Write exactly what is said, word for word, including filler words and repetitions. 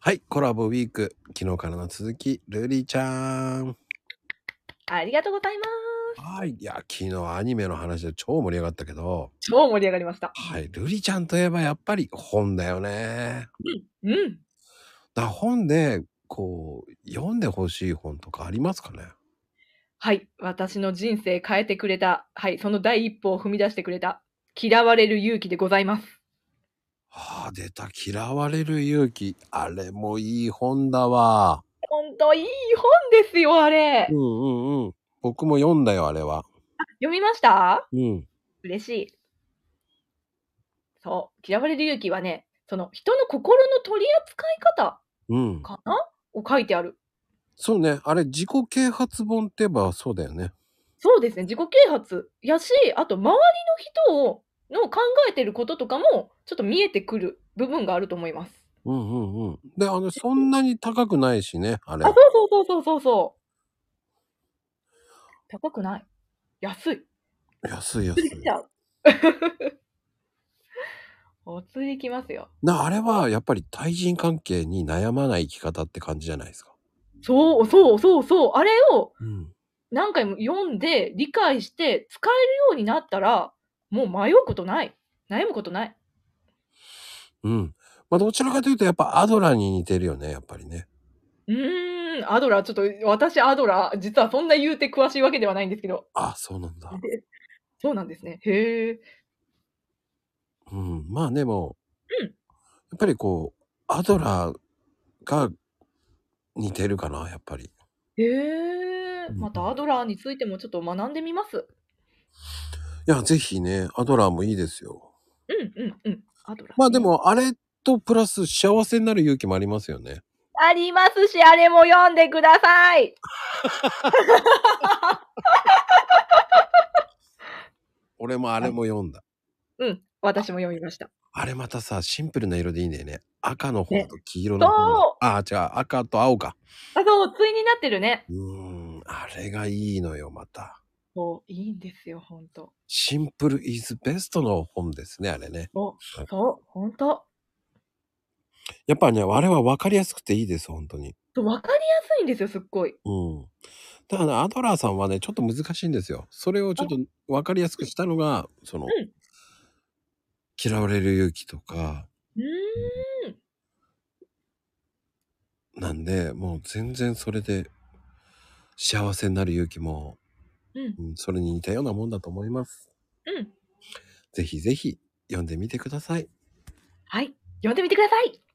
はい、コラボウィーク、昨日からの続き、ルリちゃん。 ありがとうございます。 はい、いや、昨日アニメの話で超盛り上がったけど、 超盛り上がりました。 はい、ルリちゃんといえばやっぱり本だよね。 うん、うん。 だ本で、こう、読んでほしい本とかありますかね？ はい、私の人生変えてくれた、はい、その第一歩を踏み出してくれた、嫌われる勇気でございます。 はあ、出た、嫌われる勇気。あれもいい本だわ。 ほんといい本ですよ、あれ。 うんうんうん。僕も読んだよ、あれは。 読みました？ うん。 嬉しい。そう、嫌われる勇気はね、その人の心の取り扱い方うん。 かな？を書いてある。 そうね、あれ自己啓発本って言えばそうだよね。 そうですね、自己啓発やし、あと周りの人をの考えてることとかも、ちょっと見えてくる部分があると思います。 うんうんうん。で、あの、そんなに高くないしね、ああ、 れ。 そうそうそうそうそうそう。高くない。安い。 安い安い。 釣り来ちゃう。お釣り来ますよ。 な、あれはやっぱり対人関係に悩まない生き方って感じじゃないですか。 そうそうそうそう。あれをうん。 何回も読んで、理解して使えるようになったら、もう迷うことない。悩むことない。 うん。ま、どちらかというとやっぱアドラーに似てるよね、やっぱりね。 うーん、アドラー、ちょっと私アドラー、実はそんな言うて詳しいわけではないんですけど。 あ、そうなんだ。 で、そうなんですね。へえ。 うん。まあ、でも、 うん。 やっぱりこう、アドラーが似てるかな、やっぱり。 へえ。 うんうん。 またアドラーについてもちょっと学んでみます。 いや、ぜひね、アドラーもいいですよ。 うんうんうん。アドラまあ、 ーね。 でもあれとプラス幸せになる勇気もありますよね。 ありますし、あれも読んでください。 俺もあれはい。 も読んだ。 うん、私も読みました。 あれまたさ、シンプルな色でいいんだよね。赤の方ね。 と黄色その方が。 う。 ああ、違う、赤と青か。 あ、そう、対になってるね。 うーん、あれがいいのよ、また。 そう、いいんですよ、ほんと。 シンプルイズベストの本ですね、あれね。 そう、 うん。 そう、ほんと。 やっぱね、あれは分かりやすくていいです、ほんとに。 そう、分かりやすいんですよ、すっごい。 うん。ただね、アドラーさんはね、ちょっと難しいんですよ。それをちょっあ、 と分かりやすうん、 くしたのが、その、 うん。 嫌われる勇気とか、 うーん。 なんで、もう全然それで幸せになる勇気も、 うん、 うん、それに似たようなもんだと思います。 うん。 ぜひぜひ読んでみてください。 はい、読んでみてください。